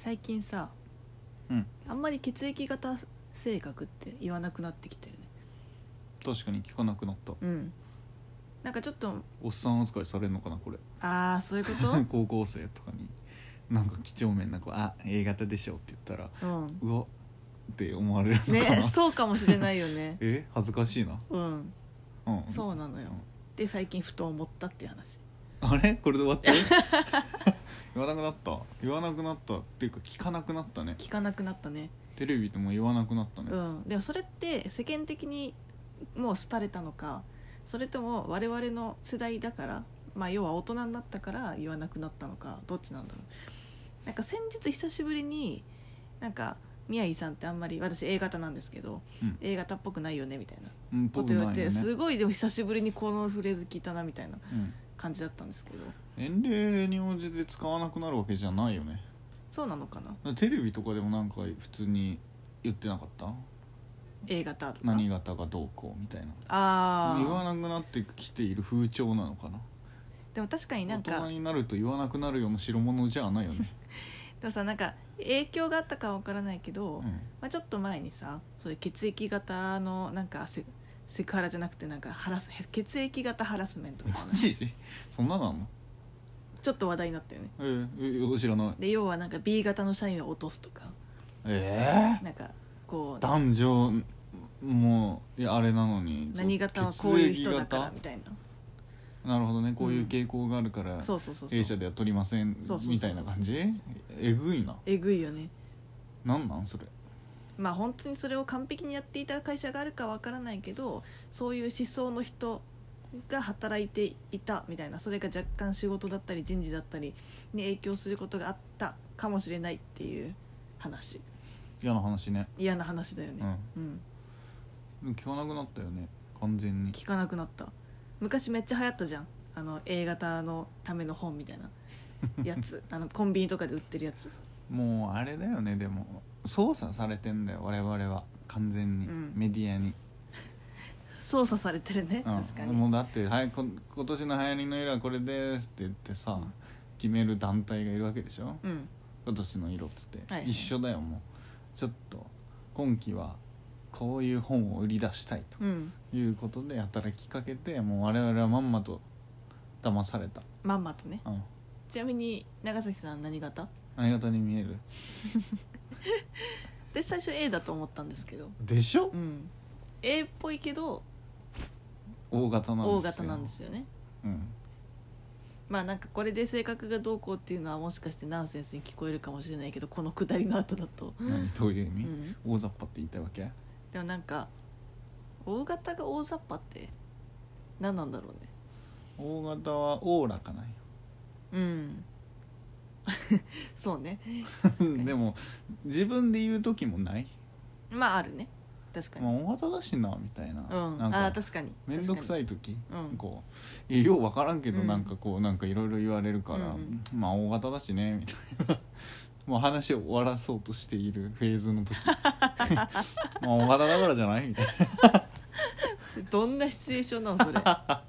最近さ、あんまり血液型性格って言わなくなってきたよね。 確かに聞かなくなった。 なんかちょっとおっさん扱いされるのかなこれ。 ああそういうこと高校生とかになんか几帳面な子A 型でしょって言ったら、うわって思われるのかな。 ね、そうかもしれないよね。 恥ずかしいな。 そうなのよ。で最近ふと思ったっていう話。 あれこれで終わっちゃう言わなくなったっていうか聞かなくなったね。 聞かなくなったね。 テレビでも言わなくなったね。 でもそれって世間的にもう廃れたのか、それとも我々の世代だから、要は大人になったから言わなくなったのか、どっちなんだろう。なんか先日久しぶりになんか宮城さんってあんまり、私 A 型なんですけど、A 型っぽくないよねみたいなこと言われて、すごいでも久しぶりにこのフレーズ聞いたなみたいな感じだったんですけど、 年齢に応じて使わなくなるわけじゃないよね。 そうなのかな。 テレビとかでもなんか普通に言ってなかった A 型とか何型がどうこうみたいな。言わなくなってきている風潮なのかな。 でも確かになんか大人になると言わなくなるような代物じゃないよね。 でもさ、なんか影響があったかは分からないけど、ちょっと前にさ、そういう血液型のなんかセクハラじゃなくてなんか血液型ハラスメントみたいな。 マジそんなのあんの？ ちょっと話題になったよね。 知らない。 で要はなんか B 型の社員を落とすとか、なんかこう男女もうあれなのに何型はこういう人だからみたいな。 なるほどね、こういう傾向があるから A 社では取りませんみたいな感じ。えぐいな。 えぐいよね。 なんそれ。 本当にそれを完璧にやっていた会社があるかわからないけど、そういう思想の人が働いていたみたいな、それが若干仕事だったり人事だったりに影響することがあったかもしれないっていう話。 嫌な話ね。 嫌な話だよね。 聞かなくなったよね、完全に。 聞かなくなった。昔めっちゃ流行ったじゃん、A 型のための本みたいなやつコンビニとかで売ってるやつ。 もうあれだよね。でも操作されてんだよ我々は完全に、メディアに操作されてるね。確かに。 もうだって今年の流行りの色はこれですって言ってさ、決める団体がいるわけでしょ、今年の色っつって、一緒だよ。もうちょっと今期はこういう本を売り出したいということで働きかけて、もう我々はまんまと騙された。 まんまとね。ちなみに長崎さん何型？ 何型に見える？ で最初 A だと思ったんですけど。 でしょ、 A っぽいけど O 型なんですよね。なんかこれで性格がどうこうっていうのはもしかしてナンセンスに聞こえるかもしれないけど、このくだりの後だとどういう意味？大雑把って言いたいわけ？ でもなんか O 型が大雑把って何なんだろうね。 O 型はおおらかなんよ。 そうね。 でも自分で言う時もない？ あるね、確かに。 O 型だしなみたいな。 なんか確かにめんどくさい時、こうよう分からんけど、なんかこうなんかいろいろ言われるから、O 型だしねみたいなもう話を終わらそうとしているフェーズの時O 型だからじゃないみたいなどんなシチュエーションなのそれ。 なんか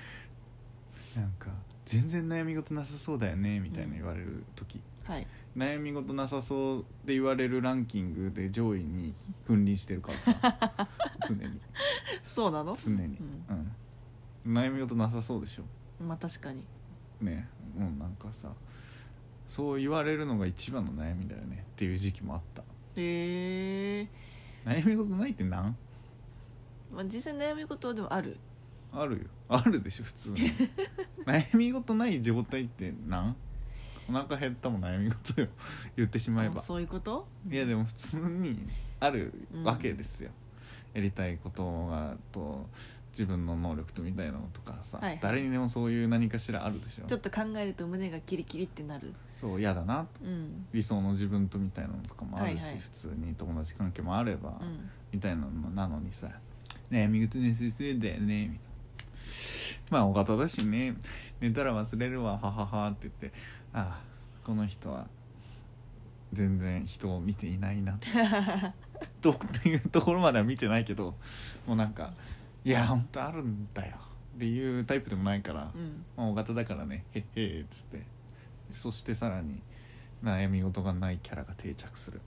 全然悩み事なさそうだよねみたいな言われる時、悩み事なさそうで言われるランキングで上位に君臨してるからさ常に。 そうなの？ 常に、悩み事なさそうでしょ。 確かにね。もうなんかさ、そう言われるのが一番の悩みだよねっていう時期もあった。悩み事ないってなん実際悩み事はでもあるよ。あるでしょ普通に悩み事ない状態ってなんお腹減ったも悩み事よ言ってしまえば。 そういうこと？ いやでも普通にあるわけですよ、やりたいことがと自分の能力とみたいなのとかさ、誰にでもそういう何かしらあるでしょ。 ちょっと考えると胸がキリキリってなる。 そう嫌だなと、理想の自分とみたいなのとかもあるし、普通に友達関係もあれば、みたいなのなのにさ、悩み事ね先生だよねみたいな、O型だしね、寝たら忘れるわはははって言って、この人は全然人を見ていないなというところまでは見てないけど、もうなんかいや本当あるんだよっていうタイプでもないから、O型だからねへっへーっつって、そしてさらに悩み事がないキャラが定着する。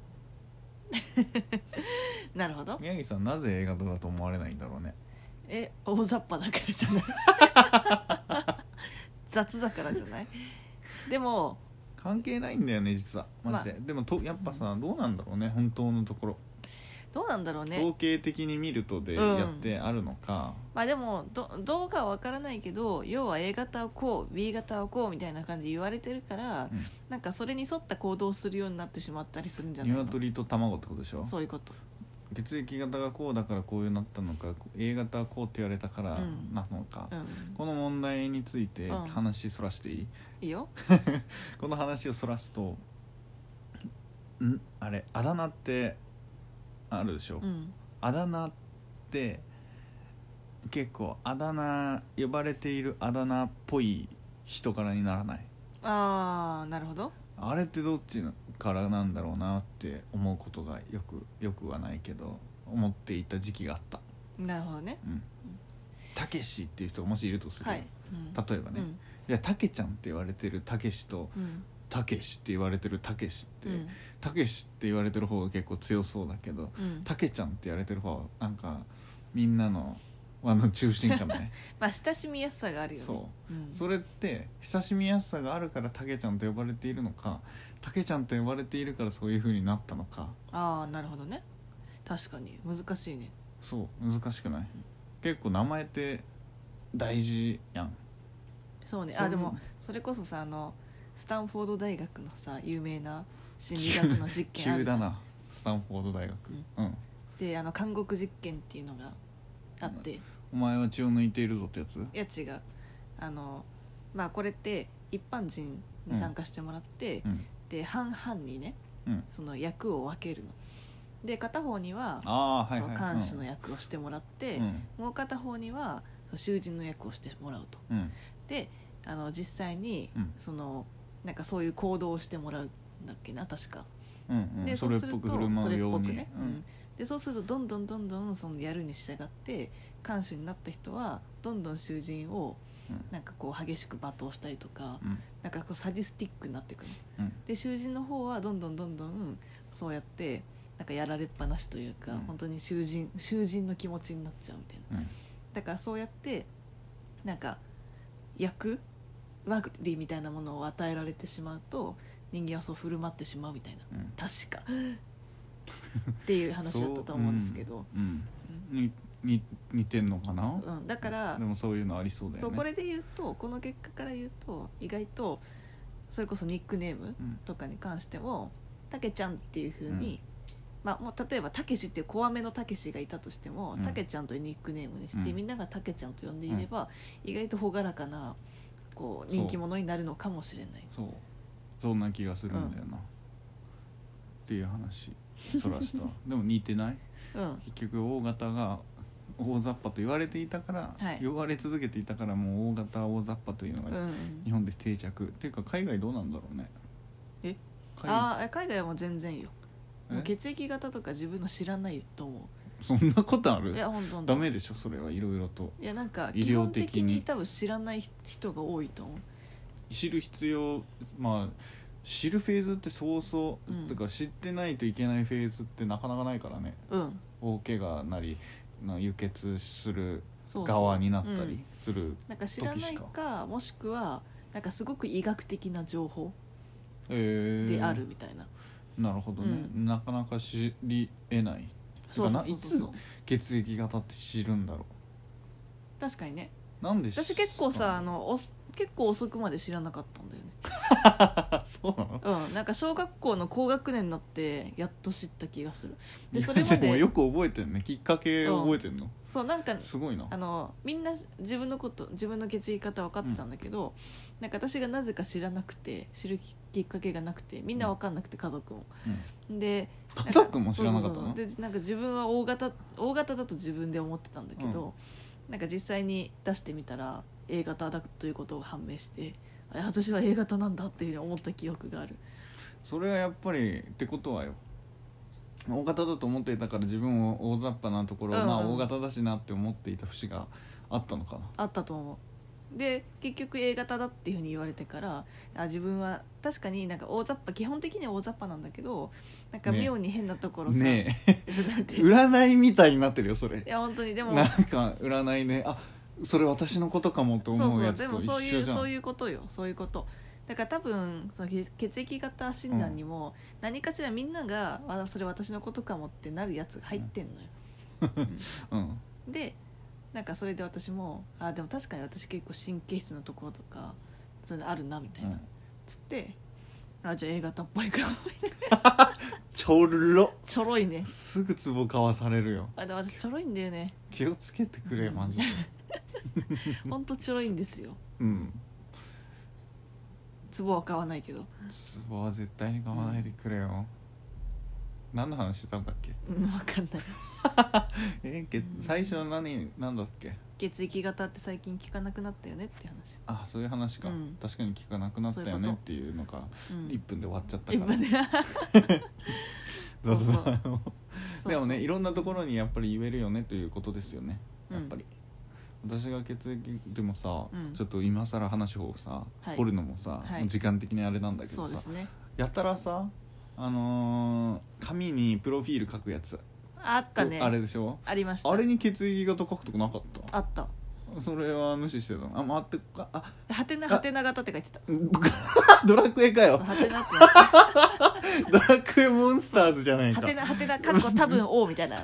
なるほど。 宮城さんなぜ A 型だと思われないんだろうね。 大雑把だからじゃない雑だからじゃない。でも関係ないんだよね実はマジで、でもやっぱさどうなんだろうね本当のところ。 どうなんだろうね。 統計的に見るとでやってあるのか、 まあでもどうかは分からないけど、要は A 型はこう B 型はこうみたいな感じで言われてるから、なんかそれに沿った行動をするようになってしまったりするんじゃないの。 鶏と卵ってことでしょ。 そういうこと。 血液型がこうだからこういうなったのか A 型はこうって言われたからなのか、この問題について話そらしていい？ いいよこの話をそらすとあれあだ名ってあるでしょ、あだ名って結構あだ名呼ばれているあだ名っぽい人柄にならない？ ああなるほど。 あれってどっちからなんだろうなって思うことがよくはないけど思っていた時期があった。 なるほどね。 たけしっていう人がもしいるとする、 はい、 例えばね、いやたけちゃんって言われてるたけしと、たけしって言われてるたけしってたけしって言われてる方が結構強そうだけどたけちゃんって言われてる方はなんかみんなの輪の中心かねまあ親しみやすさがあるよね。 そう、それって親しみやすさがあるからたけちゃんと呼ばれているのかたけちゃんと呼ばれているからそういう風になったのか。 ああなるほどね。確かに難しいね。 そう難しくない？結構名前って大事やん。 そうね。でもそれこそさスタンフォード大学のさ有名な心理学の実験ある急だなスタンフォード大学、 で監獄実験っていうのがあって、 お前は血を抜いているぞってやつ？ いや違うまあこれって一般人に参加してもらって、で半々にね、その役を分けるので片方には看守の役をしてもらって、もう片方には囚人の役をしてもらうと、で実際に、なんかそういう行動をしてもらうんだっけな確か、でそれっぽく振る舞うようにね、 でそうするとどんどんそのやるに従って看守になった人はどんどん囚人をなんかこう激しく罵倒したりとか、なんかこうサディスティックになっていくの、で囚人の方はどんどんそうやってなんかやられっぱなしというか、本当に囚人の気持ちになっちゃうみたいな、だからそうやってなんか役割みたいなものを与えられてしまうと人間はそう振る舞ってしまうみたいな、確かっていう話だったと思うんですけど、似てんのかな、だからでもそういうのありそうだよね。 これで言うとこの結果から言うと意外とそれこそニックネームとかに関してもたけちゃんっていう風に、まあ、もう例えばたけしっていう怖めのたけしがいたとしてもたけちゃんというニックネームにして、みんながたけちゃんと呼んでいれば、意外と朗らかなこう人気者になるのかもしれない。 そんな気がするんだよな、っていう話そらしたでも似てない、結局大型が大雑把と言われていたから、言われ続けていたからもう大型大雑把というのが日本で定着、っていうか海外どうなんだろうね。海外はもう全然よ。もう血液型とか自分の知らないと思う。 そんなことある？ いや本当ダメでしょそれはいろいろと。 いやなんか基本的に多分知らない人が多いと思う。 知る必要、まあ知るフェーズってそうそう、とか知ってないといけないフェーズってなかなかないからね、大怪我なり輸血する側になったりするなんか知らないかもしくはなんかすごく医学的な情報であるみたいな、 なるほどね、なかなか知り得ない。いつ血液型って知るんだろう。 確かにね。 なんで私結構さ結構遅くまで知らなかったんだよねそうなの？ なんか小学校の高学年になってやっと知った気がする。でそれまでもよく覚えてんね。きっかけ覚えてんの？ そうなんかすごいな。 みんな自分の血液型分かってたんだけど、なんか私がなぜか知らなくて知るきっかけがなくてみんな分かんなくて家族も、で家族も知らなかったの？ でなんか自分は大型だと自分で思ってたんだけど、なんか実際に出してみたら A 型だということが判明して、私は A 型なんだっていう思った記憶がある。 それはやっぱりってことはよ、大型だと思っていたから自分を大雑把なところ、まあ大型だしなって思っていた節があったのかな。 あったと思う。 で結局 A 型だっていうふうに言われてから、自分は確かになんか大雑把、基本的には大雑把なんだけど、なんか妙に変なところさ、 ねなんて占いみたいになってるよそれ。 いや本当にでもなんか占いね、あそれ私のことかもと思うやつと一緒じゃん。 そういうことよ、そういうこと。だから多分その血液型診断にも何かしらみんなが、それ私のことかもってなるやつが入ってんのよ、でなんかそれで私もでも確かに私結構神経質なところとかそういうのあるなみたいな、つってじゃあ A 型っぽいかもちょろちょろいね、 すぐツボ買わされるよ。 でも私ちょろいんだよね、 気をつけてくれマジでほんとちょろいんですよ。ツボは買わないけど、 ツボは絶対に買わないでくれよ、何の話してたんだっけ。 分かんない最初の何だっけ。 血液型って最近聞かなくなったよねって話。 そういう話か、確かに聞かなくなったよねっていうのが1分で終わっちゃったから、雑談をでもね、いろんなところにやっぱり言えるよねということですよね。やっぱり、私が血液でもさ、ちょっと今更話をさ、掘るのもさ、時間的にあれなんだけどさ、やったらさ、紙にプロフィール書くやつあったね。 あれでしょ。 ありました。 あれに血液型書くとこなかった？ あった。 それは無視してたの。待って、 はてなはてな型って書いてた。 ドラクエかよ。 はてなってなってドラクエモンスターズじゃないか。 はてなはてなかっこ多分 O みたいな。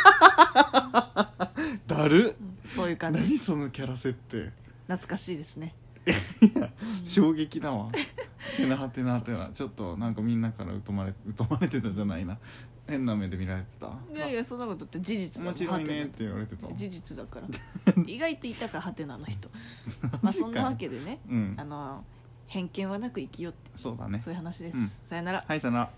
だる、 そういう感じ。 何そのキャラ設定。 懐かしいですね。 いや衝撃だわ。はてなはてなはてな、ちょっとなんかみんなから疎まれてたじゃないな、変な目で見られてた。 いやいやそんなことって事実だもん。 面白いねって言われてた。 事実だから意外といたかはてなの人そんなわけでね、偏見はなく生きようって、 そうだね、 そういう話です、さよなら。 はい、さよなら。